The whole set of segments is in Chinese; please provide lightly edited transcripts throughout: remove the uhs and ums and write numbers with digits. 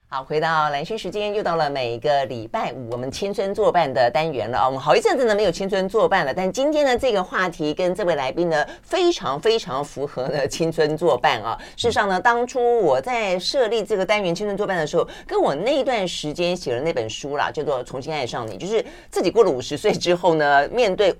好，回到蓝轩时间，又到了每个礼拜五我们青春作伴的单元了啊。我们好一阵子呢没有青春作伴了，但今天的这个话题跟这位来宾呢非常非常符合呢青春作伴啊。事实上呢，当初我在设立这个单元青春作伴的时候，跟我那一段时间写了那本书啦，叫做《重新爱上你》，就是自己过了50岁之后呢，面对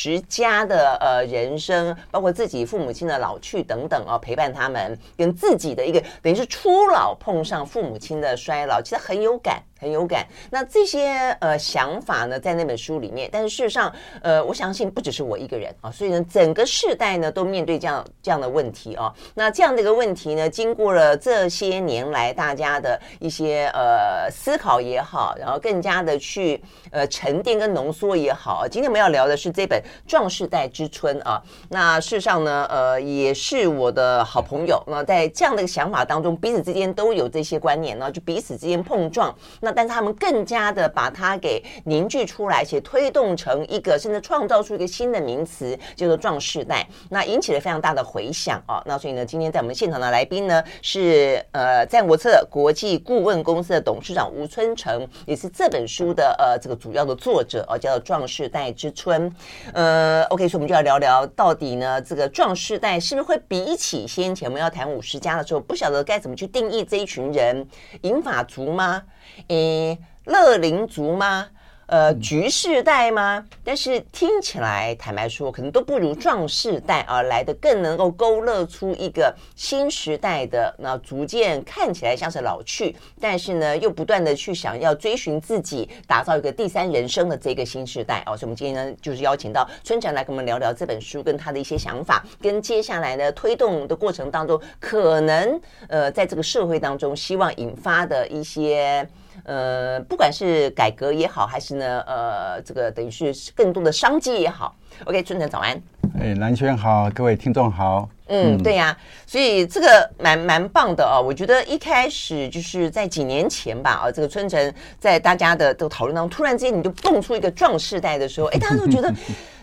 50+的人生，包括自己父母亲的老去等等啊，陪伴他们，跟自己的一个等于是初老碰上父母亲的衰老，其实很有感。那这些想法呢，在那本书里面，但是事实上，我相信不只是我一个人啊，所以呢，整个世代呢都面对这样的问题啊。那这样的一个问题呢，经过了这些年来大家的一些思考也好，然后更加的去沉淀跟浓缩也好，今天我们要聊的是这本《壮世代之春》啊。那事实上呢，也是我的好朋友，那在这样的一个想法当中，彼此之间都有这些观念呢，就彼此之间碰撞。那但是他们更加的把它给凝聚出来，且推动成一个，甚至创造出一个新的名词，叫做壮世代。那引起了非常大的回响啊。那所以呢，今天在我们现场的来宾呢是战国策国际顾问公司的董事长吴春成，也是这本书的这个主要的作者啊，叫做《壮世代之春》。OK， 所以我们就要聊聊到底呢，这个壮世代是不是会比起先前我们要谈50+的时候，不晓得该怎么去定义这一群人，银发族吗？乐龄族吗？局世代吗？但是听起来，坦白说，可能都不如壮世代来的更能够勾勒出一个新时代的，那逐渐看起来像是老去，但是呢，又不断的去想要追寻自己，打造一个第三人生的这个新时代所以我们今天呢，就是邀请到春成来跟我们聊聊这本书跟他的一些想法，跟接下来呢推动的过程当中，可能在这个社会当中，希望引发的一些。不管是改革也好，还是呢，这个等于是更多的商机也好。OK， 春成早安。 蓝轩好，各位听众好。 对呀，所以这个蛮棒的我觉得一开始就是在几年前吧这个春成在大家的讨论当中，突然之间你就蹦出一个壮世代的时候，大家都觉得，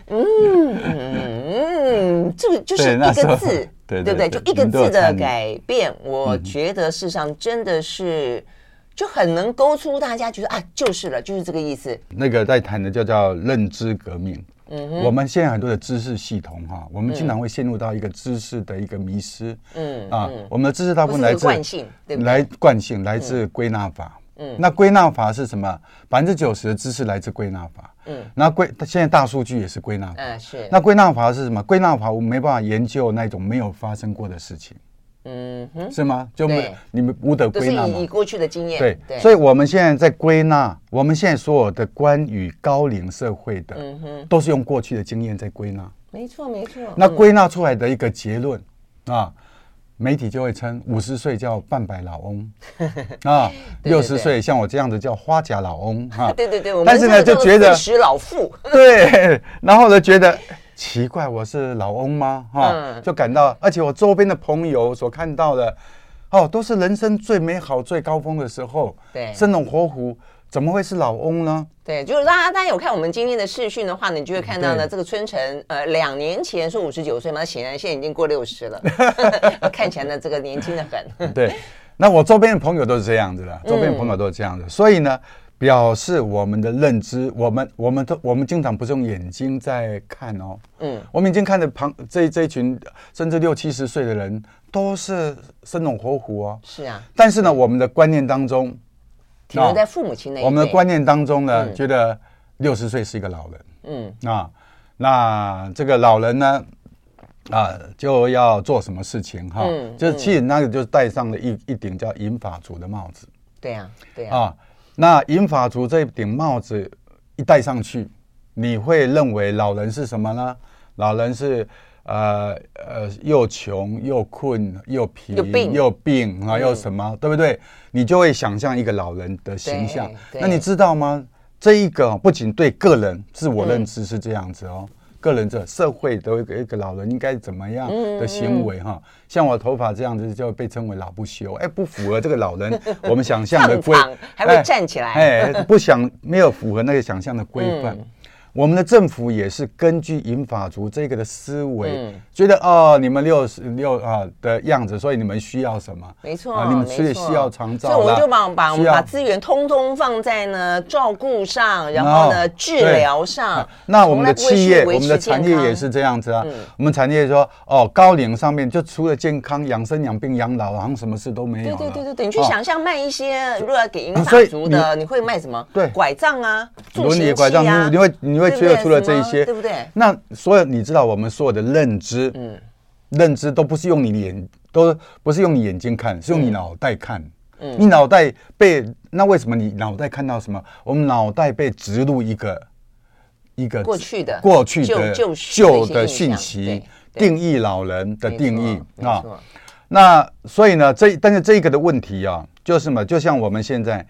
这个就是一个字，对不对？就一个字的改变，我觉得事实上真的是。就很能勾出大家觉得就是了，就是这个意思。 那个在谈的就叫认知革命。我们现在很多的知识系统我们经常会陷入到一个知识的一个迷失。我们的知识大部分来自惯性，对不对？ 惯性来自归纳法。那归纳法是什么？90%的知识来自归纳法。那现在大数据也是归纳法。 是。 那归纳法是什么？归纳法我们没办法研究那种没有发生过的事情。是吗？就你们无得归纳嘛， 都是以过去的经验。 对，所以我们现在在归纳，我们现在所有的关于高龄社会的，都是用过去的经验在归纳。 没错。 那归纳出来的一个结论媒体就会称50岁叫半百老翁60岁像我这样子叫花甲老翁对，我们但是呢就觉得 40老妇对，然后呢觉得。奇怪，我是老翁吗？就感到，而且我周边的朋友所看到的，都是人生最美好、最高峰的时候， 对， 生龙活虎，怎么会是老翁呢？ 对，就是大家有看我们今天的视讯的话呢，你就会看到呢，这个春成2年前说59岁嘛，显然现在已经过60了，看起来呢这个年轻的很。 对，那我周边的朋友都是这样子的，周边的朋友都是这样子，所以呢。表示我们的认知，我们经常不是用眼睛在看我们已经看的这一群甚至60-70岁的人都是生龙活虎是啊。 但是呢，我们的观念当中， 停留在父母亲那一辈， 我们的观念当中呢，觉得60岁是一个老人，那这个老人呢，就要做什么事情就是其实那个就戴上了一顶叫银发族的帽子， 对啊。 那银发族这顶帽子一戴上去，你会认为老人是什么呢？老人是又穷又困又疲又病又什么，对不对？你就会想象一个老人的形象。那你知道吗？这一个不仅对个人自我认知是这样子个人这社会的一个老人应该怎么样的行为像我头发这样子就被称为老不修，不符合这个老人我们想象的规还会站起来， 没有符合那个想象的规范。 我们的政府也是根据银发族这个的思维，觉得你们66的样子，所以你们需要什么？ 没错， 你们需要长照， 所以我们就把资源通通放在呢照顾上，然后呢治疗上。 那我们的企业、我们的产业也是这样子啊。我们产业说高龄上面就除了健康、养生、养病、养老，好像什么事都没有了。 对，你去想象卖一些，如果要给银发族的，你会卖什么？对，拐杖啊， 轮椅、拐杖，你会缺除了这一些， 对不对？ 那所有你知道，我们所有的认知，认知都不是用你眼睛看，是用你脑袋看。你脑袋那为什么你脑袋看到什么？我们脑袋被植入一个过去的旧的讯息，定义老人的定义啊。那所以呢，但是这个的问题啊，就是什么？就像我们现在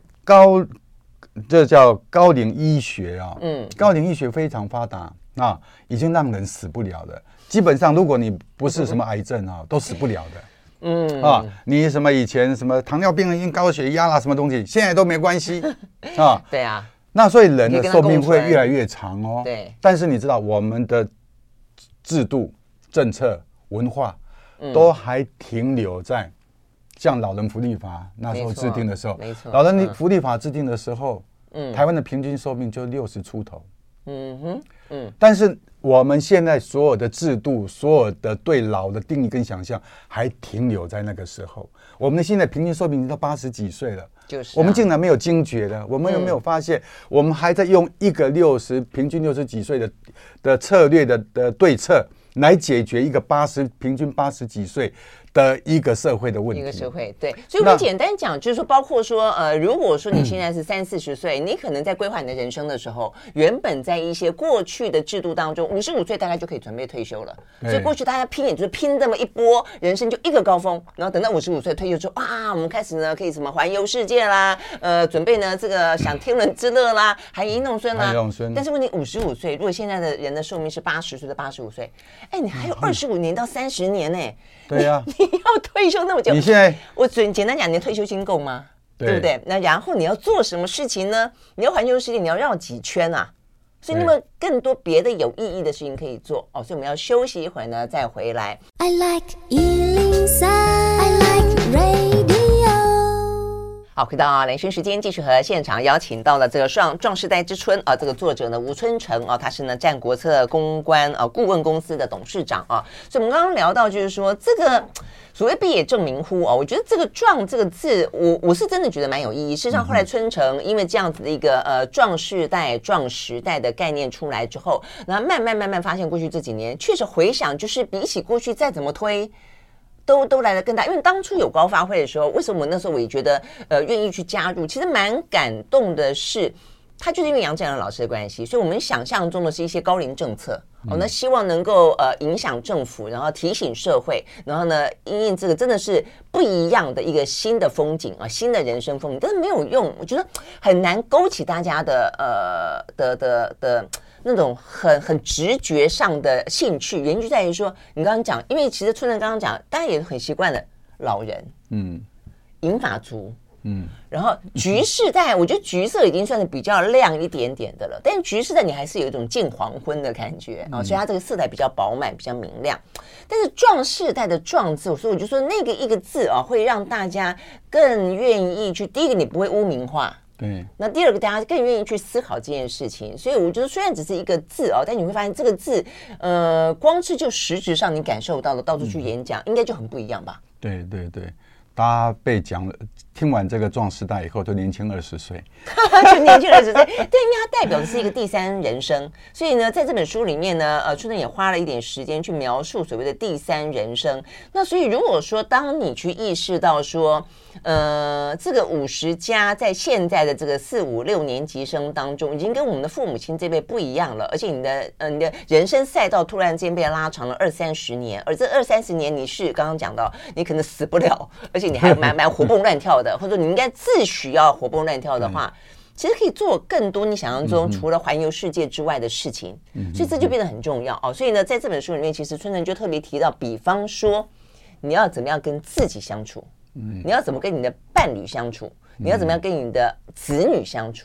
这叫高龄医学啊，高龄医学非常发达啊，已经让人死不了了。基本上，如果你不是什么癌症啊，都死不了的。你什么以前什么糖尿病、因高血压啦，什么东西，现在都没关系啊。 对啊。 那所以人的寿命会越来越长哦。 对。 但是你知道，我们的制度、政策、文化都还停留在。像老人福利法那时候制定的时候，老人福利法制定的时候，台湾的平均寿命就60出头。但是我们现在所有的制度、所有的对老的定义跟想象，还停留在那个时候。我们现在平均寿命已经到80几岁了，我们竟然没有惊觉的，我们有没有发现，我们还在用一个平均60几岁的策略的对策来解决一个平均80几岁的一个社会的问题， 一个社会对，所以我们简单讲，就是说，包括说，如果说你现在是30、40岁，你可能在规划你的人生的时候，原本在一些过去的制度当中，55岁大概就可以准备退休了。所以过去大家拼，也就是拼这么一波，人生就一个高峰，然后等到55岁退休之后，我们开始呢可以什么环游世界啦，准备呢这个享天伦之乐啦，含饴弄孙啦。但是问题55岁，如果现在的人的寿命是80岁到85岁，你还有25年到30年呢。 对呀， 你要退休那么久， 你现在我简单讲，你的退休金够吗？对不对？那然后你要做什么事情呢？你要环游世界，你要绕几圈啊？所以那么更多别的有意义的事情可以做所以我们要休息一会儿呢，再回来。I like 103, I like radio。好，回到连线时间，继续和现场邀请到了这个壮世代之春这个作者呢吴春成他是呢战国策公关顾问公司的董事长所以我们刚刚聊到就是说这个所谓毕业证明乎我觉得这个壮这个字我是真的觉得蛮有意义。事实上后来春成因为这样子的一个壮世代壮时代的概念出来之后，然后慢慢发现过去这几年确实回想，就是比起过去再怎么推都来得更大。因为当初有高发会的时候，为什么我那时候我也觉得愿意去加入，其实蛮感动的是他就是因为杨振良老师的关系，所以我们想象中的是一些高龄政策那希望能够影响政府，然后提醒社会，然后呢因应这个真的是不一样的一个新的风景新的人生风景，但是没有用，我觉得很难勾起大家的那种很直觉上的兴趣。原因就在于说你刚刚讲，因为其实春成刚刚讲大家也很习惯了老人银发族然后橘世代，我觉得橘色已经算是比较亮一点点的了，但是橘世代你还是有一种近黄昏的感觉所以它这个色彩比较饱满，比较明亮。但是壮世代的壮字，所以我就说那个一个字会让大家更愿意去，第一个你不会污名化， 对， 那第二个大家更愿意去思考这件事情。所以我觉得虽然只是一个字但你会发现这个字光是就实质上你感受到的，到处去演讲应该就很不一样吧。 对对对，大家被讲了，听完这个壮世代以后，都年轻20岁， 就年轻20岁。对，因为它代表的是一个第三人生，所以呢，在这本书里面呢，春成也花了一点时间去描述所谓的第三人生。那所以如果说当你去意识到说，这个50+在现在的这个4、5、6年级生当中，已经跟我们的父母亲这辈不一样了，而且你的人生赛道突然间被拉长了20-30年，而这20-30年你是刚刚讲到，你可能死不了，而且你还蛮活蹦乱跳的，或者你应该自诩要活蹦乱跳的话，其实可以做更多你想象中除了环游世界之外的事情，所以这就变得很重要所以呢，在这本书里面，其实春成就特别提到，比方说你要怎么样跟自己相处，你要怎么跟你的伴侣相处，你要怎么样跟你的子女相处，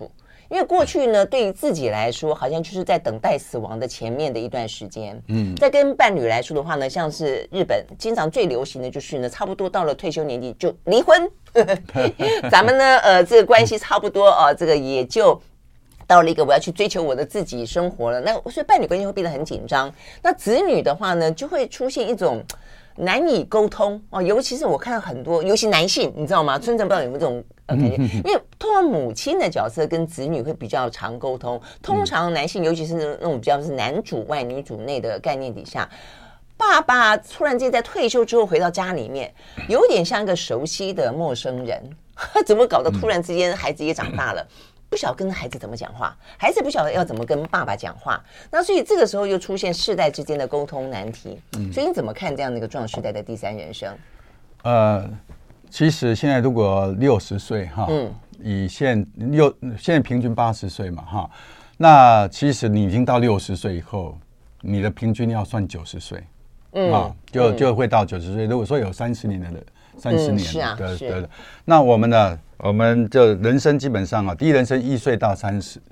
因为过去呢，对于自己来说，好像就是在等待死亡的前面的一段时间。在跟伴侣来说的话呢，像是日本经常最流行的就是呢，差不多到了退休年纪就离婚。咱们呢，这个关系差不多这个也就到了一个我要去追求我的自己生活了。那所以伴侣关系会变得很紧张。那子女的话呢，就会出现一种难以沟通尤其是我看到很多，尤其男性，你知道吗？村长不知道有没有这种感觉？因为通常母亲的角色跟子女会比较常沟通，通常男性，尤其是那种比较是男主外女主内的概念底下，爸爸突然间在退休之后回到家里面，有点像一个熟悉的陌生人，怎么搞得突然之间孩子也长大了？不晓得跟孩子怎么讲话，孩子不晓得要怎么跟爸爸讲话，那所以这个时候又出现世代之间的沟通难题。所以你怎么看这样的一个壮世代的第三人生？ 其实现在如果60岁哈，以现在平均80岁嘛哈，那其实你已经到60岁以后，你的平均要算90岁，就会到90岁。如果说有30年的30年的，那我们呢？我们就人生基本上第一人生1岁到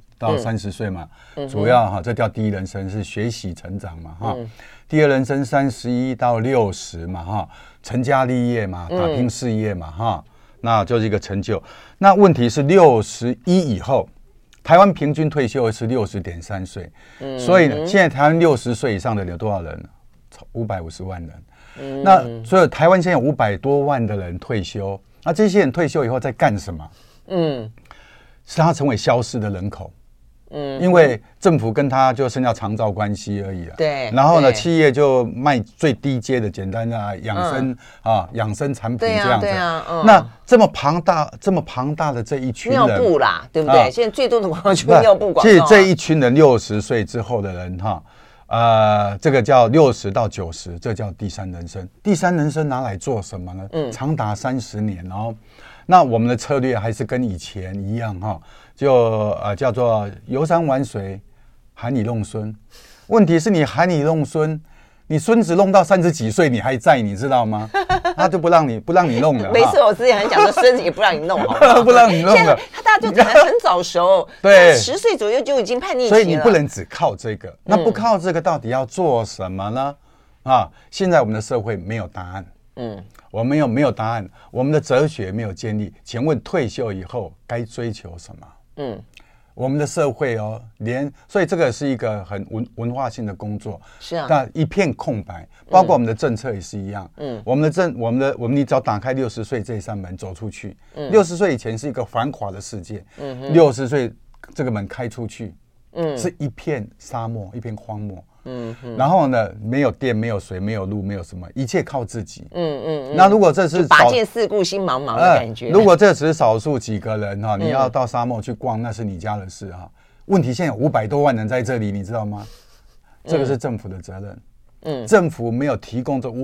30岁嘛，主要这叫第一人生，是学习成长嘛第二人生31到60嘛成家立业嘛，打拼事业嘛那就是一个成就。那问题是61以后，台湾平均退休是60.3岁，所以呢，现在台湾60岁以上的人有多少人？550万人。那所以台湾现在有500多万的人退休。那这些人退休以后在干什么？是他成为消失的人口。因为政府跟他就剩下长照关系而已对。 然后呢，企业就卖最低阶的简单的养生产品这样子。那这么庞大的这一群人， 尿布啦，对不对？现在最多的广告就是尿布广告。 其实这一群人60岁之后的人这个叫60到90，这叫第三人生。第三人生拿来做什么呢？长达30年那我们的策略还是跟以前一样就叫做游山玩水，含饴弄孙。问题是你含饴弄孙，你孙子弄到30几岁你还在，你知道吗？他就不让你弄了。 没事，我之前很讲说孙子也不让你弄，好不好？ 不让你弄了。 大家就很早熟，对，10岁左右就已经叛逆期了。 所以你不能只靠这个。那不靠这个，到底要做什么呢？现在我们的社会没有答案。我们没有答案，我们的哲学没有建立。请问退休以后该追求什么？我们的社会所以这个是一个很文化性的工作， 是啊， 但一片空白，包括我们的政策也是一样。我们你只要打开60岁这一扇门走出去，60岁以前是一个繁华的世界，60岁这个门开出去，是一片沙漠，一片荒漠。然后呢，没有电，没有水，没有路，没有什么，一切靠自己。那如果这是拔剑四顾心茫茫的感觉， 如果这只是少数几个人你要到沙漠去逛，那是你家的事问题现在有500多万人在这里，你知道吗？这个是政府的责任。政府没有提供这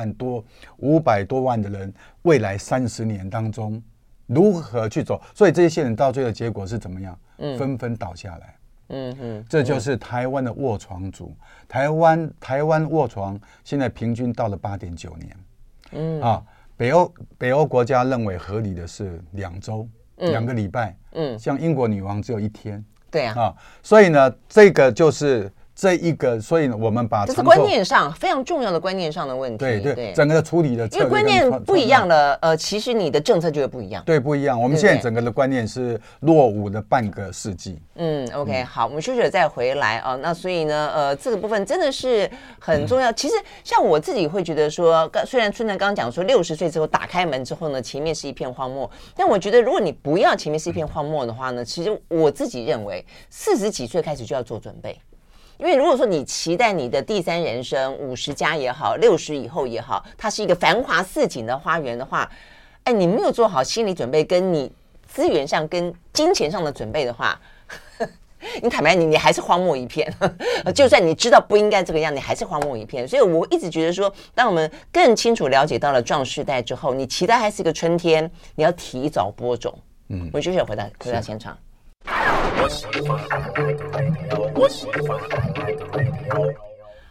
500多万的人，未来30年当中如何去走？所以这些人到最后的结果是怎么样？纷纷倒下来。这就是台湾的卧床族。台湾卧床现在平均到了8.9年。北欧国家认为合理的是2周，2个礼拜。像英国女王只有1天。 对啊。 所以呢，这个就是这一个，所以我们把这是观念上非常重要的观念上的问题。 对，整个的处理的策略， 因为观念不一样了，其实你的政策就会不一样。 对，不一样。我们现在整个的观念是落伍的半个世纪。 OK， 好，我们休息了再回来那所以呢，这个部分真的是很重要。其实像我自己会觉得说，虽然春楠刚刚讲说60岁之后打开门之后呢，前面是一片荒漠，但我觉得如果你不要前面是一片荒漠的话呢，其实我自己认为40几岁开始就要做准备。因为如果说你期待你的第三人生50加也好，60以后也好，它是一个繁华似锦的花园的话，你没有做好心理准备，跟你资源上跟金钱上的准备的话，你坦白你还是荒漠一片。就算你知道不应该这个样，你还是荒漠一片。所以我一直觉得说，当我们更清楚了解到了壮世代之后，你期待还是一个春天，你要提早播种。我们休息回到现场。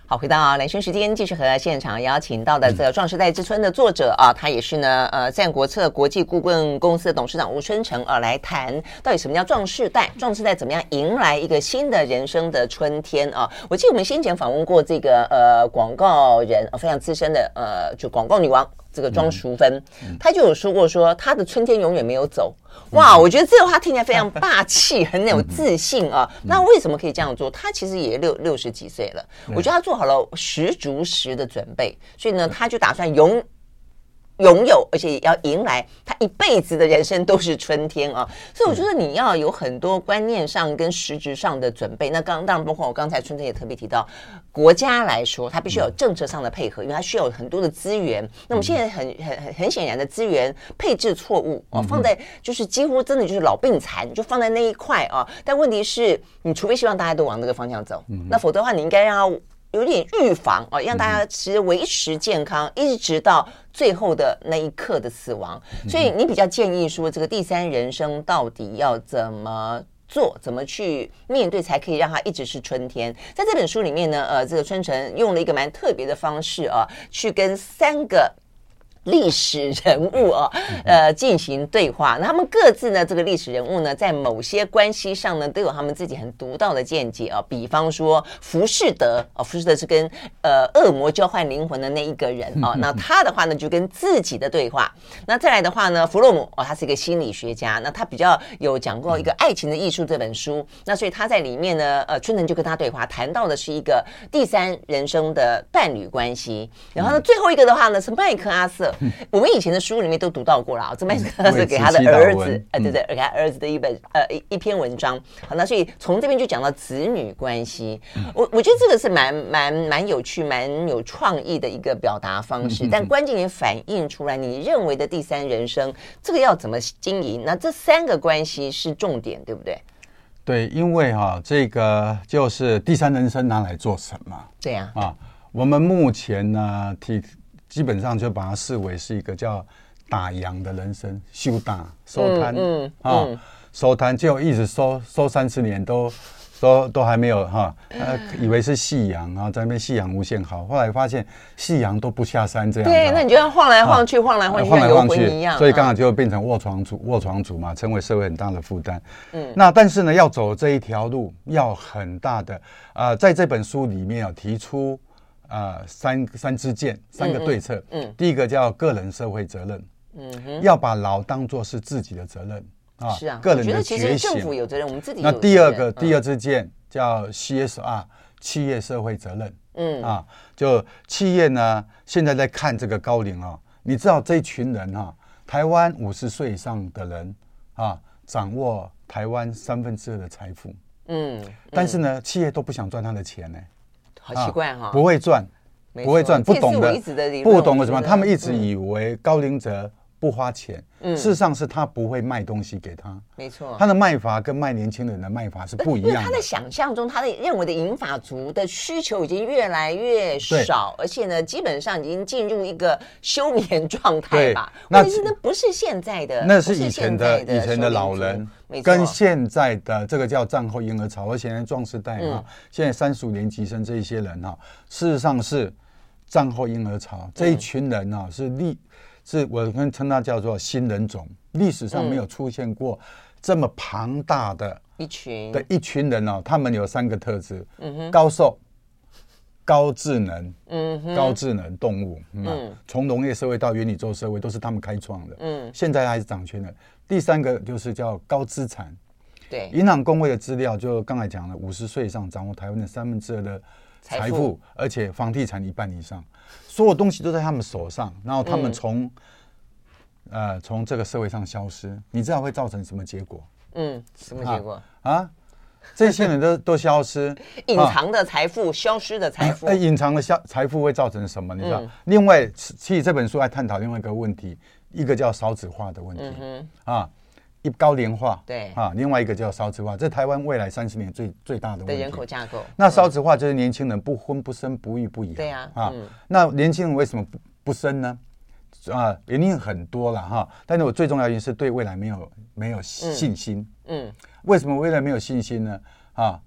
好，回到蓝轩时间，继续和现场邀请到的这个《壮世代之春》的作者啊，他也是呢战国策国际顾问公司的董事长吴春成来谈到底什么叫壮世代，壮世代怎么样迎来一个新的人生的春天啊？我记得我们先前访问过这个广告人非常资深的就广告女王这个庄淑芬，她就有说过说她的春天永远没有走。哇，我觉得这个话听起来非常霸气，很有自信啊。那为什么可以这样做？他其实也60几岁了，我觉得他做好了10足10的准备，所以呢，他就打算拥有，而且也要迎来他一辈子的人生都是春天啊！所以我觉得你要有很多观念上跟实质上的准备。那当然包括我刚才春天也特别提到，国家来说，它必须有政策上的配合，因为它需要有很多的资源。那么现在很显然的资源配置错误放在就是几乎真的就是老病残，就放在那一块啊。但问题是，你除非希望大家都往那个方向走，那否则的话，你应该让它有点预防让大家其实维持健康，一直到最后的那一刻的死亡。所以你比较建议说，这个第三人生到底要怎么做，怎么去面对，才可以让它一直是春天？在这本书里面呢，这个春成用了一个蛮特别的方式去跟3个历史人物进行对话。那他们各自呢，这个历史人物呢，在某些关系上呢，都有他们自己很独到的见解比方说浮士德浮士德是跟恶魔交换灵魂的那一个人那他的话呢，就跟自己的对话。那再来的话呢，弗洛姆他是一个心理学家，那他比较有讲过一个《爱情的艺术》这本书，那所以他在里面呢，春成就跟他对话，谈到的是一个第三人生的伴侣关系。然后呢，最后一个的话呢，是麦克阿瑟。我们以前的书里面都读到过了，这麦克阿瑟给他的儿子，对，给他儿子的一篇文章。好，那所以从这边就讲到子女关系，我觉得这个是蛮有趣、蛮有创意的一个表达方式。但关键也反映出来你认为的第三人生，这个要怎么经营？那这3个关系是重点，对不对？ 对，因为这个就是第三人生拿来做什么？ 对呀， 我们目前呢基本上就把它视为是一个叫打烊的人生，休打收摊收摊，就一直收30年都还没有以为是夕阳在那边夕阳无限好，后来发现夕阳都不下山这样。 对，那你就要晃来晃去，晃来晃去，像游魂一样。 所以刚好就变成卧床族嘛，成为社会很大的负担。那但是呢，要走这一条路要很大的在这本书里面有提出三支箭，3个对策。第一个叫个人社会责任，要把老当作是自己的责任是啊， 个人的觉得其实政府有责任，我们自己有责任。那第二支箭叫 CSR， 企业社会责任。就企业呢，现在在看这个高龄你知道这一群人台湾50岁以上的人掌握台湾2/3的财富。但是呢，企业都不想赚他的钱呢。 好奇怪不会赚，不懂得什么，他们一直以为高龄者不花钱，事实上是他不会卖东西给他， 没错， 他的卖法跟卖年轻人的卖法是不一样的。 他的想象中，他的认为的银发族的需求已经越来越少，而且呢，基本上已经进入一个休眠状态吧。问题是那不是现在的， 那是以前的老人。跟现在的这个叫战后婴儿潮，而且壮世代现在35年级生这一些人事实上是战后婴儿潮这一群人是我称它叫做新人种，历史上没有出现过这么庞大的一群人他们有3个特质：高寿、高智能、高智能动物。从农业社会到元宇宙社会都是他们开创的。现在还是掌权的。第3个就是叫高资产。 对， 银行公会的资料就刚才讲了，50岁以上掌握台湾的2/3的财富，而且房地产1半以上，所有东西都在他们手上。然后他们从这个社会上消失，你知道会造成什么结果？ 什么结果这些人都消失， 隐藏的财富，消失的财富， 隐藏的财富会造成什么？你知道？另外，其实这本书还探讨另外一个问题，一个叫少子化的问题一高龄化， 对另外一个叫少子化，这台湾未来30年最大的问题。 人口架构。 那少子化就是年轻人不婚不生不育不养。 对呀那年轻人为什么不生呢？原因很多了但是我最重要的原因是对未来没有信心。为什么未来没有信心呢？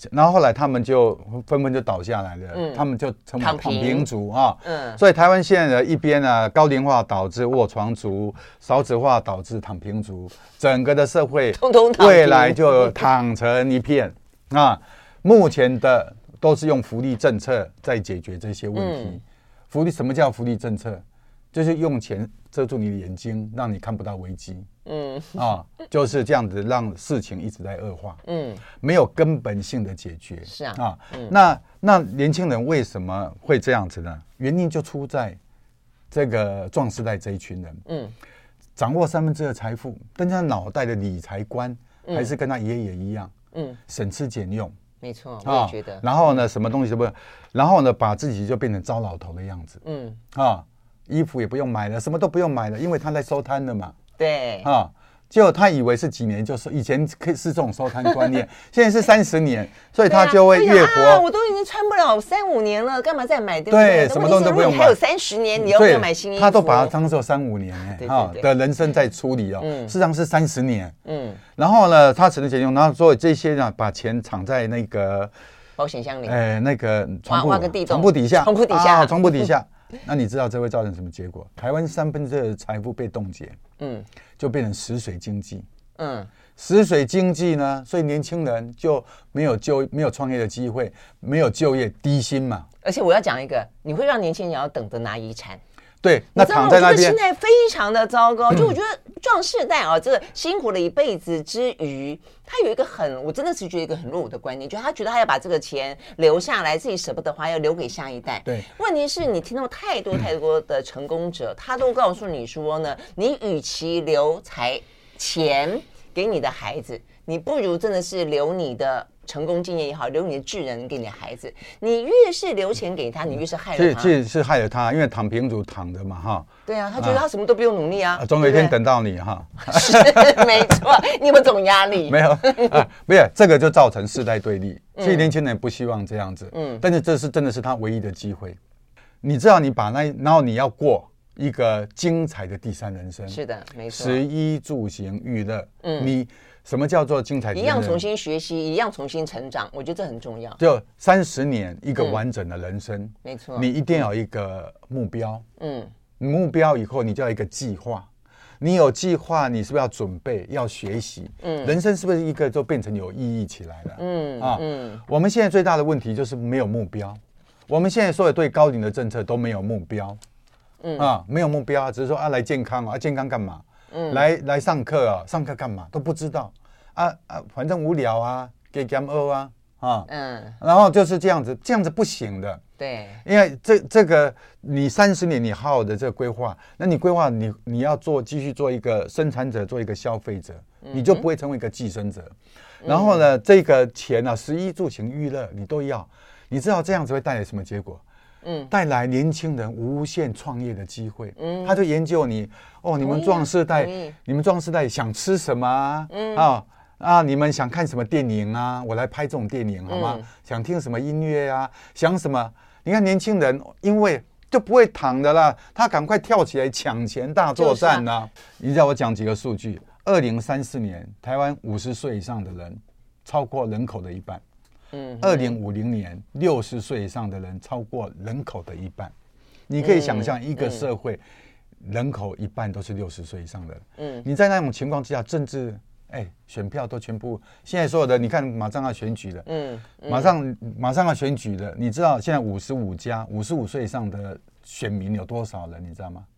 然后后来他们就纷纷就倒下来了，他们就成为躺平族啊。所以台湾现在的一边呢，高龄化导致卧床族，少子化导致躺平族，整个的社会未来就躺成一片啊。目前的都是用福利政策在解决这些问题。福利什么叫福利政策？就是用钱遮住你的眼睛，让你看不到危机。就是这样子，让事情一直在恶化。没有根本性的解决。 是啊。 那年轻人为什么会这样子呢？原因就出在这个壮世代这一群人。掌握2/3财富，但他脑袋的理财观还是跟他爷爷一样。省吃俭用。 没错，我也觉得。 然后呢，什么东西都不，然后呢，把自己就变成糟老头的样子。衣服也不用买了，什么都不用买了，因为他在收摊了嘛。 对。 结果他以为是几年，就是以前是这种收摊观念，现在是30年，所以他就会越活。 我都已经穿不了3-5年了，干嘛再买？对不对？什么东西都不用买。 还有30年，你要不要买新衣服？ 他都把它当做3-5年的人生在处理事实上是30年。然后呢，他只能节用，然后所有这些呢，把钱藏在那个保险箱里， 那个挖个地洞， 床铺底下， 床铺底下。 那你知道这会造成什么结果？台湾2/3的财富被冻结，就变成死水经济。死水经济呢，所以年轻人就没有创业的机会，没有就业，低薪嘛。 而且我要讲一个，你会让年轻人要等着拿遗产。 对，那躺在那边， 我觉得心态非常的糟糕。就我觉得壮世代这个辛苦了一辈子之余，他有一个我真的是觉得一个很落伍的观念，就是他觉得他要把这个钱留下来，自己舍不得花，要留给下一代。 对， 问题是你听到太多的成功者，他都告诉你说呢，你与其留钱给你的孩子，你不如真的是留你的成功经验也好，留你的智人给你的孩子。你越是留钱给他，你越是害了他。 是害了他，因为躺平族躺的嘛对啊，他觉得他什么都不用努力啊， 总有一天等到你是没错，你有没有这种压力？ 没有没有，这个就造成世代对立，所以年轻人不希望这样子。但是这是真的是他唯一的机会。你知道你把然后你要过一个精彩的第三人生。 是的，没错。 食衣住行娱乐，你什么叫做精彩？ 一样重新学习，一样重新成长，我觉得这很重要。 就30年一个完整的人生， 没错。 你一定要有一个目标，目标以后你就要一个计划。你有计划，你是不是要准备，要学习？人生是不是一个就变成有意义起来了？我们现在最大的问题就是没有目标。我们现在所有对高龄的政策都没有目标。没有目标，只是说来健康健康干嘛？来上课上课干嘛都不知道反正无聊给 game 2然后就是这样子不行的。 对， 因为这个你30年你好好的这个规划，那你规划你要继续做一个生产者，做一个消费者，你就不会成为一个寄生者。然后呢，这个钱食衣住行娱乐你都要，你知道这样子会带来什么结果？带来年轻人无限创业的机会。他就研究你你们壮世代想吃什么你们想看什么电影我来拍这种电影好吗？想听什么音乐想什么？你看年轻人因为就不会躺的啦，他赶快跳起来抢钱大作战你让我讲几个数据：2034年台湾50岁以上的人超过人口的一半。2050年60岁以上的人超过人口的一半。你可以想象一个社会人口一半都是60岁以上的人。你在那种情况之下，政治选票都全部现在所有的，你看马上要选举了，马上要选举了。你知道现在55岁以上的选民有多少人？你知道吗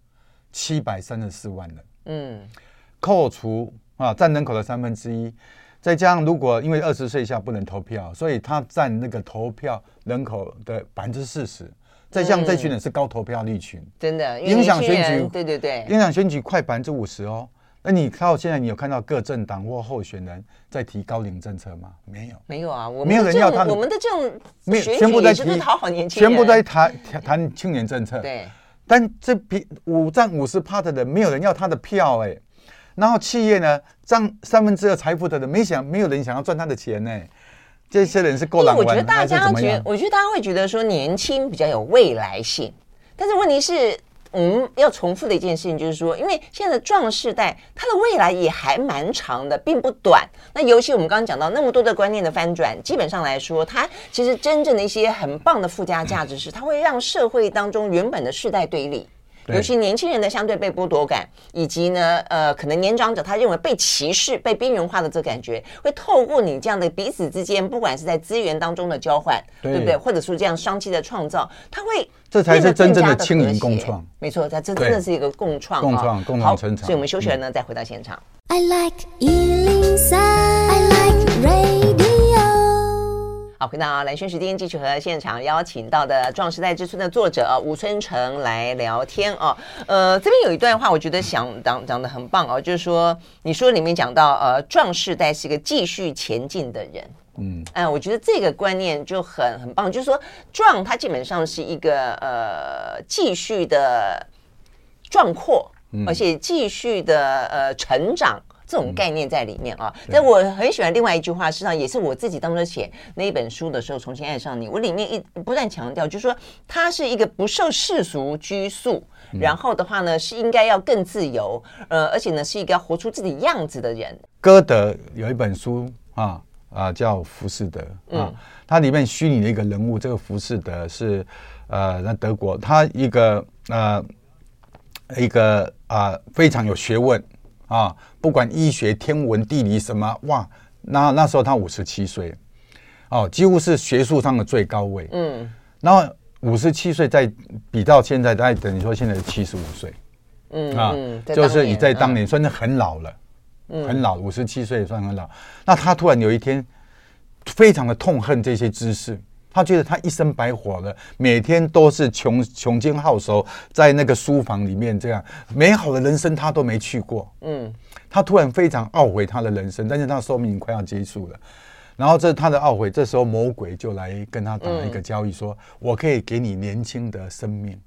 ？734万人。扣除占人口的1/3。再加上，如果因为20岁以下不能投票，所以他占那个投票人口的40%。再加上这群人是高投票率群， 真的影响选举， 对， 影响选举快50%那你到现在，你有看到各政党或候选人在提高龄政策吗？没有没有人要他们。我们的这种全部在提讨好年轻人， 全部在谈青年政策。 对， 但这占50%的人，没有人要他的票然后企业呢，占2/3财富的人，没有人想要赚他的钱这些人是够懒玩， 我觉得大家会觉得说年轻比较有未来性，但是问题是， 我们要重复的一件事情就是说，因为现在的壮世代，它的未来也还蛮长的，并不短。那尤其我们刚刚讲到那么多的观念的翻转，基本上来说，它其实真正的一些很棒的附加价值是，它会让社会当中原本的世代对立。尤其年轻人的相对被剥夺感，以及呢，可能年长者他认为被歧视、被边缘化的这感觉，会透过你这样的彼此之间，不管是在资源当中的交换，对不对？或者说这样商机的创造，它会这才是真正的轻盈共创。 没错，这真的是一个共创， 共同成长。 所以我们休息了呢，再回到现场。 I like 103, I like radio。 好，回到蓝轩时间，继续和现场邀请到的《壮时代之春》的作者吴春成来聊天哦。这边有一段话，我觉得讲得很棒哦，就是说，你说里面讲到壮世代是一个继续前进的人。我觉得这个观念就很棒，就是说，壮它基本上是一个继续的壮阔，而且继续的成长。这种概念在里面啊，但我很喜欢另外一句话，实际上也是我自己当初写那一本书的时候重新爱上你。我里面不断强调，就是说他是一个不受世俗拘束，然后的话呢是应该要更自由，而且呢是一个要活出自己样子的人。 歌德有一本书叫《浮士德》它里面虚拟的一个人物，这个浮士德是那德国，他一个非常有学问。不管医学、天文、地理什么，哇，那时候他57岁，几乎是学术上的最高位。然后57岁再比到现在，大概等于说现在75岁，就是你在当年算是很老了，很老，57岁也算很老。那他突然有一天非常的痛恨这些知识。他觉得他一生白活了，每天都是穷经皓首，在那个书房里面这样美好的人生他都没去过。他突然非常懊悔他的人生，但是他的寿命快要结束了。然后他的懊悔，这时候魔鬼就来跟他打一个交易，说我可以给你年轻的生命，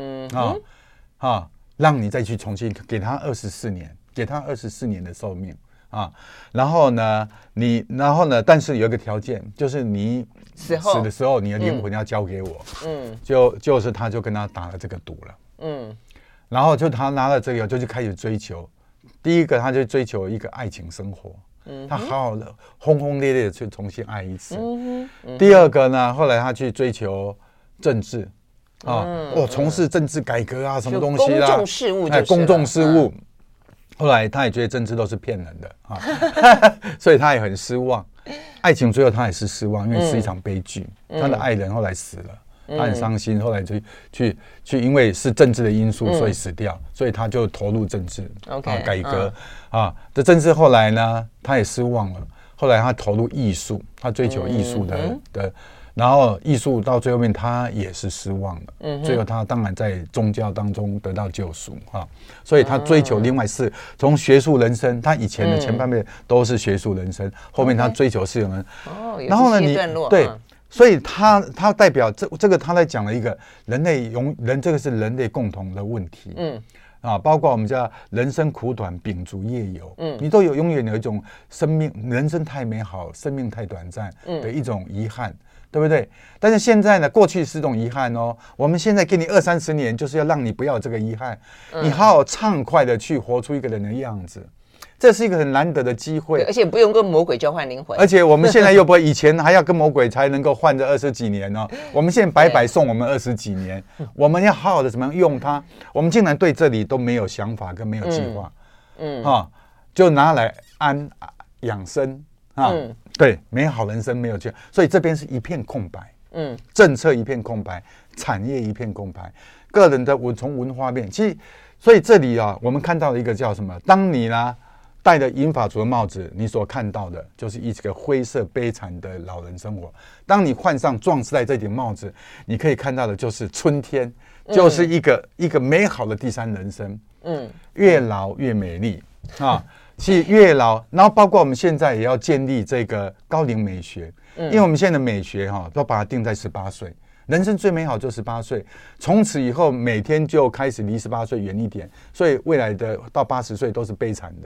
让你再去重新给他24年，给他24年的寿命。然后呢，但是有一个条件，就是你死的时候，你的灵魂要交给我。就是他就跟他打了这个赌了。然后就他拿了这个，就开始追求。第一个，他就追求一个爱情生活，他好好的轰轰烈烈的去重新爱一次。第二个呢，后来他去追求政治，从事政治改革啊，什么东西啦， 公众事务， 公众事务。后来他也觉得政治都是骗人的所以他也很失望。爱情最后他也是失望，因为是一场悲剧。他的爱人后来死了，他很伤心，后来就去因为是政治的因素，所以死掉，所以他就投入政治改革这政治后来呢，他也失望了。后来他投入艺术，他追求艺术的。然后艺术到最后面他也是失望了，最后他当然在宗教当中得到救赎所以他追求另外是从学术人生，他以前的前半辈都是学术人生，后面他追求是人。 然后呢， 对，所以他代表这个他在讲了一个人这个是人类共同的问题。包括我们叫人生苦短，秉烛夜游。你都永远有一种生命人生太美好，生命太短暂的一种遗憾。对不对？但是现在呢，过去是种遗憾哦。我们现在给你20-30年，就是要让你不要这个遗憾，你好好畅快的去活出一个人的样子，这是一个很难得的机会。 而且不用跟魔鬼交换灵魂。 而且我们现在又不会，以前还要跟魔鬼才能够换这20几年哦。我们现在白白送我们20几年，我们要好好的怎么样用它？我们竟然对这里都没有想法跟没有计划，就拿来养生对，美好人生没有去，所以这边是一片空白。政策一片空白，产业一片空白，个人的从文化面，其实，所以这里我们看到了一个叫什么？当你呢戴着银发族的帽子，你所看到的就是一个灰色悲惨的老人生活。当你换上壮士戴这顶帽子，你可以看到的就是春天，就是一个美好的第三人生。越老越美丽其实越老，然后包括我们现在也要建立这个高龄美学，因为我们现在的美学都把它定在18岁，人生最美好就18岁，从此以后每天就开始离18岁远一点，所以未来的到80岁都是悲惨的。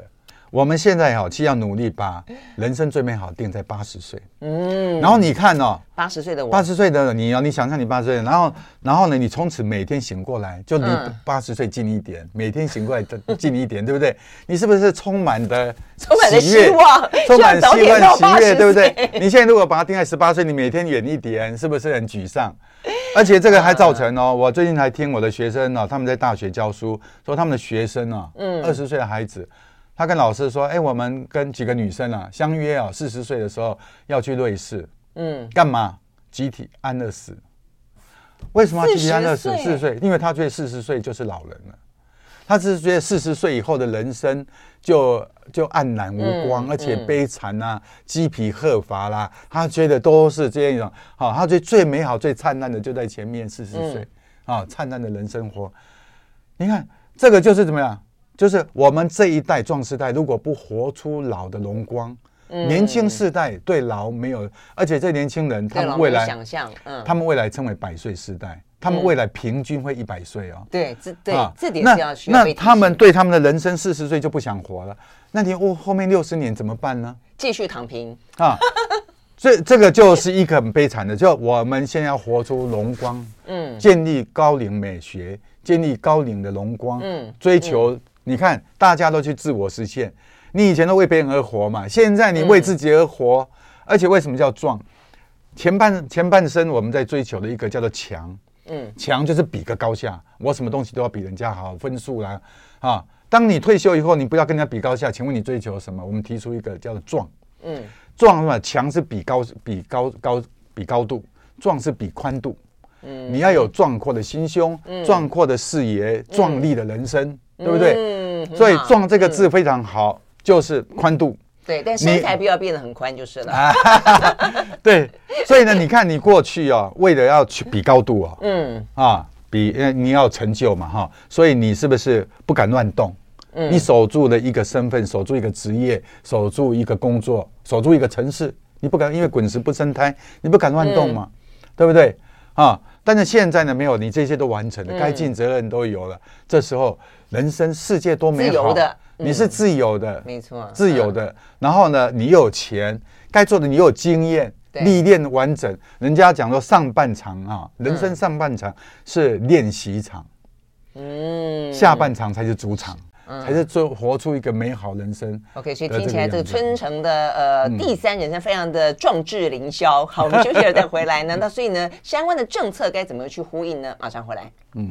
我们现在其实要努力把人生最美好定在80岁。然后你看 80岁的我 ，80岁的你你想象你80岁，然后呢，你从此每天醒过来就离80岁近一点，每天醒过来近一点，对不对？你是不是充满的希望， 充满希望喜悦，对不对？你现在如果把它定在18岁，你每天远一点，是不是很沮丧？而且这个还造成我最近还听我的学生他们在大学教书，说他们的学生20岁的孩子。他跟老师说：“我们跟几个女生相约40岁的时候要去瑞士，干嘛？集体安乐死。为什么要集体安乐死？40岁，因为他觉得40岁就是老人了。他是觉得40岁以后的人生就黯然无光，而且悲惨鸡皮鹤发啦。他觉得都是这样一种，他觉得最美好、最灿烂的就在前面40岁灿烂的人生活。你看这个就是怎么样？”就是我们这一代壮世代，如果不活出老的荣光，年轻世代对老没有，而且这年轻人他们未来想象， 他们未来称为100岁世代，他们未来平均会100岁对，这点是要需要被提醒。 那他们对他们的人生40岁就不想活了，那你后面60年怎么办呢？ 继续躺平所以这个就是一个很悲惨的，就我们现在要活出荣光，建立高龄美学，建立高龄的荣光，追求。你看，大家都去自我实现。你以前都为别人而活嘛，现在你为自己而活。而且为什么叫壮？前半生我们在追求的一个叫做强，强就是比个高下，我什么东西都要比人家好，分数啦当你退休以后，你不要跟人家比高下，请问你追求什么？我们提出一个叫做壮，壮是吧？强是比高度，壮是比宽度。你要有壮阔的心胸，壮阔的视野，壮丽的人生。对不对？所以“壮”这个字非常好，就是宽度。 对，但身材不要变得很宽就是了。 对，所以呢，你看你过去为了要去比高度比你要成就嘛所以你是不是不敢乱动？你守住了一个身份，守住一个职业，守住一个工作，守住一个城市，你不敢，因为滚石不生胎，你不敢乱动嘛，对不对？但是现在呢，没有，你这些都完成了，该尽责任都有了。这时候，人生世界多美好， 自由的， 你是自由的， 没错， 自由的。然后呢，你有钱，该做的你有经验，历练完整。人家讲说上半场人生上半场是练习场，下半场才是主场。才是活出一个美好人生。 OK， 所以听起来这个春城的第3人生非常的壮志凌霄。好，我们休息了再回来呢。那所以呢，相关的政策该怎么去呼应呢？马上回来。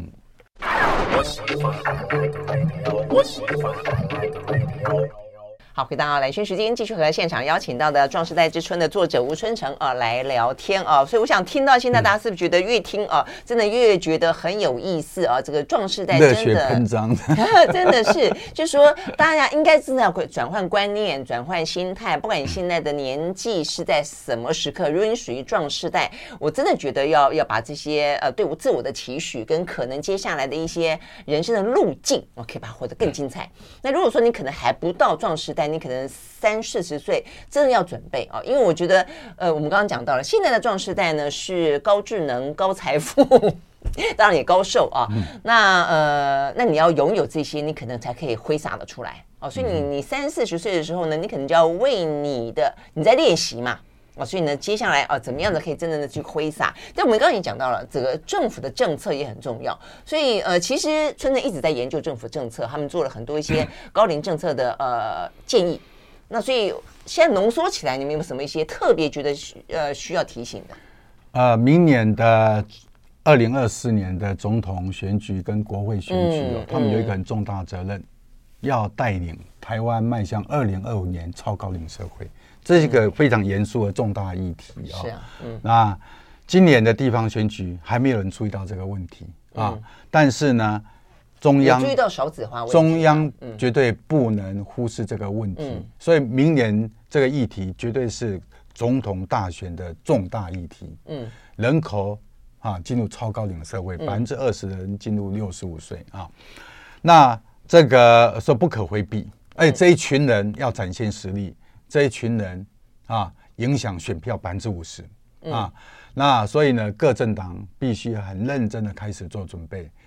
好，回到蓝轩时间，继续和现场邀请到的《壮世代之春》的作者吴春成来聊天所以我想听到现在，大家是不是觉得越听真的越觉得很有意思这个壮世代真的热血喷张， 真的是，就是说大家应该真的要转换观念、转换心态，不管你现在的年纪是在什么时刻，如果你属于壮世代，我真的觉得要把这些对我自我的期许跟可能接下来的一些人生的路径，我可以把它活得更精彩。那如果说你可能还不到壮世代，你可能30-40岁，真的要准备因为我觉得我们刚刚讲到了，现在的壮世代呢是高智能、高财富。当然也高寿那你要拥有这些，你可能才可以挥洒得出来所以你30-40岁的时候呢，你可能就要为你在练习嘛所以呢，接下来怎么样的可以真正的去挥洒？但我们刚刚也讲到了，这个政府的政策也很重要。所以其实春城一直在研究政府政策，他们做了很多一些高龄政策的建议。那所以现在浓缩起来，你们有没有什么一些特别觉得需要提醒的？ 明年的2024年的总统选举跟国会选举他们有一个很重大的责任，要带领台湾迈向2025年超高龄社会。这是一个非常严肃的重大议题是那今年的地方选举还没有人注意到这个问题但是呢，中央注意到少子化问题， 中央绝对不能忽视这个问题所以明年这个议题绝对是总统大选的重大议题人口进入超高龄社会，20%的人进入65岁那这个说不可回避，而且这一群人要展现实力，这一群人影响选票50%那所以呢，各政党必须很认真的开始做准备，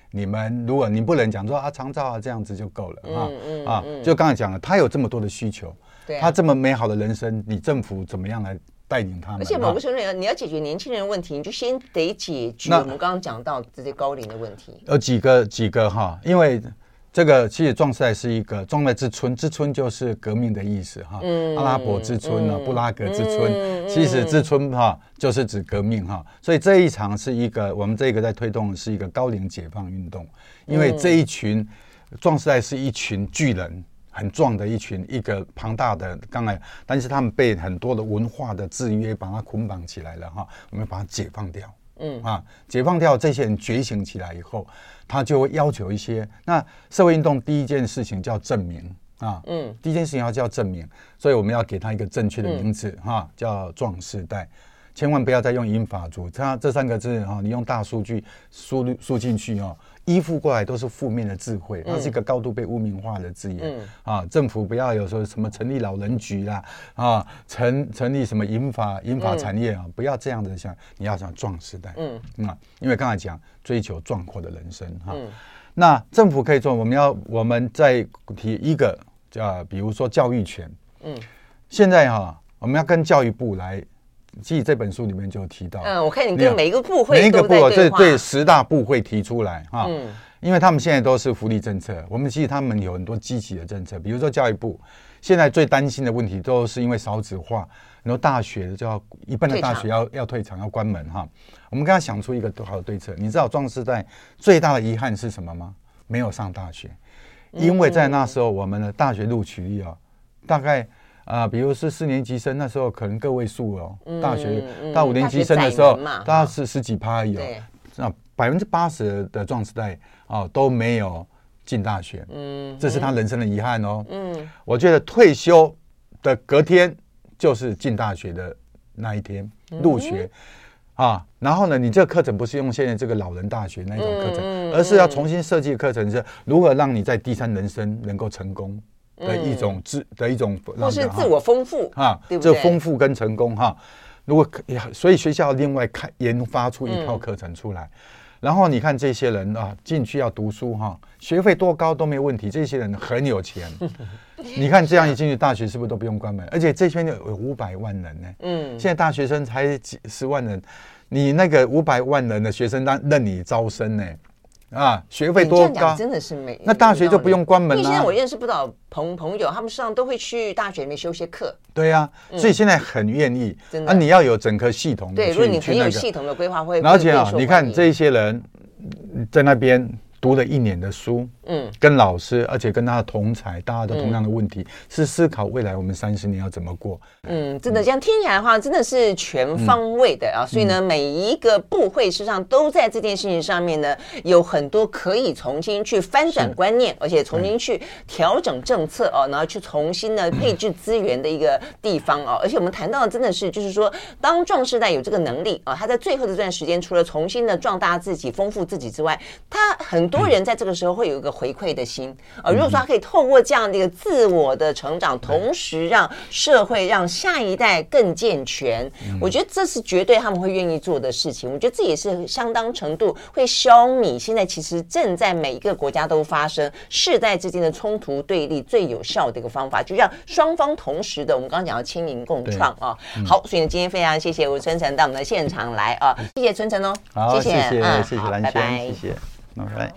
你们如果你不能讲说长照啊这样子就够了就刚才讲了，他有这么多的需求，他这么美好的人生，你政府怎么样来带领他们？ 而且某个程度你要解决年轻人的问题，你就先得解决我们刚刚讲到这些高龄的问题。 有几个哈，因为这个其实壮世代是一个壮代之春，之春就是革命的意思哈，阿拉伯之春布拉格之春，其实之春就是指革命所以这一场是一个我们这个在推动的是一个高龄解放运动，因为这一群壮世代是一群巨人。很壮的一个庞大的，但是他们被很多的文化的制约把它捆绑起来了我们把它解放掉，解放掉这些人觉醒起来以后，他就会要求一些。那社会运动第一件事情叫正名第一件事情要叫正名，所以我们要给他一个正确的名字叫壮世代。千万不要再用银发族，它这3个字你用大数据输进去依附过来都是负面的智慧，它是一个高度被污名化的字眼政府不要有说什么成立老人局啦成立什么银发产业不要这样的想，你要讲壮世代因为刚才讲追求壮阔的人生那政府可以做，我们再提一个比如说教育权现在我们要跟教育部来。其实这本书里面就提到， 我看你跟每一个部会都在对话， 这对10大部会提出来因为他们现在都是福利政策，我们其实他们有很多积极的政策，比如说教育部现在最担心的问题都是因为少子化，很多大学一半的大学要退场要关门我们跟他想出一个好的对策。你知道壮世代最大的遗憾是什么吗？没有上大学，因为在那时候我们的大学录取率大概比如是4年级生，那时候可能个位数大学到5年级生的时候，大概是10几%而已那80%的壮世代都没有进大学，这是他人生的遗憾我觉得退休的隔天就是进大学的那一天入学然后呢，你这个课程不是用现在这个老人大学那种课程，而是要重新设计的课程，是如何让你在第3人生能够成功。的一种或是自我丰富对不对？ 这丰富跟成功如果所以学校另外研发出一套课程出来，然后你看这些人进去要读书学费多高都没问题，这些人很有钱你看这样一进去大学是不是都不用关门？而且这边有500万人呢现在大学生才几10万人，你那个500万人的学生任你招生呢学费多高， 真的是那大学就不用关门了。 因为现在我认识不少朋友，他们实际上都会去大学里面修些课。 对所以现在很愿意你要有整个系统对，如果你很有系统的规划会， 而且你看这些人在那边读了1年的书跟老师，而且跟他的同侪，大家都同样的问题，是思考未来我们30年要怎么过。 真的这样听起来的话，真的是全方位的所以呢，每一个部会事实上都在这件事情上面呢，有很多可以重新去翻转观念，而且重新去调整政策然后去重新的配置资源的一个地方而且我们谈到的真的是，就是说，当壮世代有这个能力他在最后的这段时间，除了重新的壮大自己、丰富自己之外，他很多人在这个时候会有一个回馈的心如果说他可以透过这样的一个自我的成长，同时让社会、让下一代更健全我觉得这是绝对他们会愿意做的事情。我觉得这也是相当程度会消弭现在其实正在每一个国家都发生世代之间的冲突对立最有效的一个方法，就让双方同时的我们刚刚讲到轻盈共创好，所以呢，今天非常谢谢吴春成到我们的现场来谢谢春成好，谢谢兰轩， 拜拜， 谢谢，拜拜。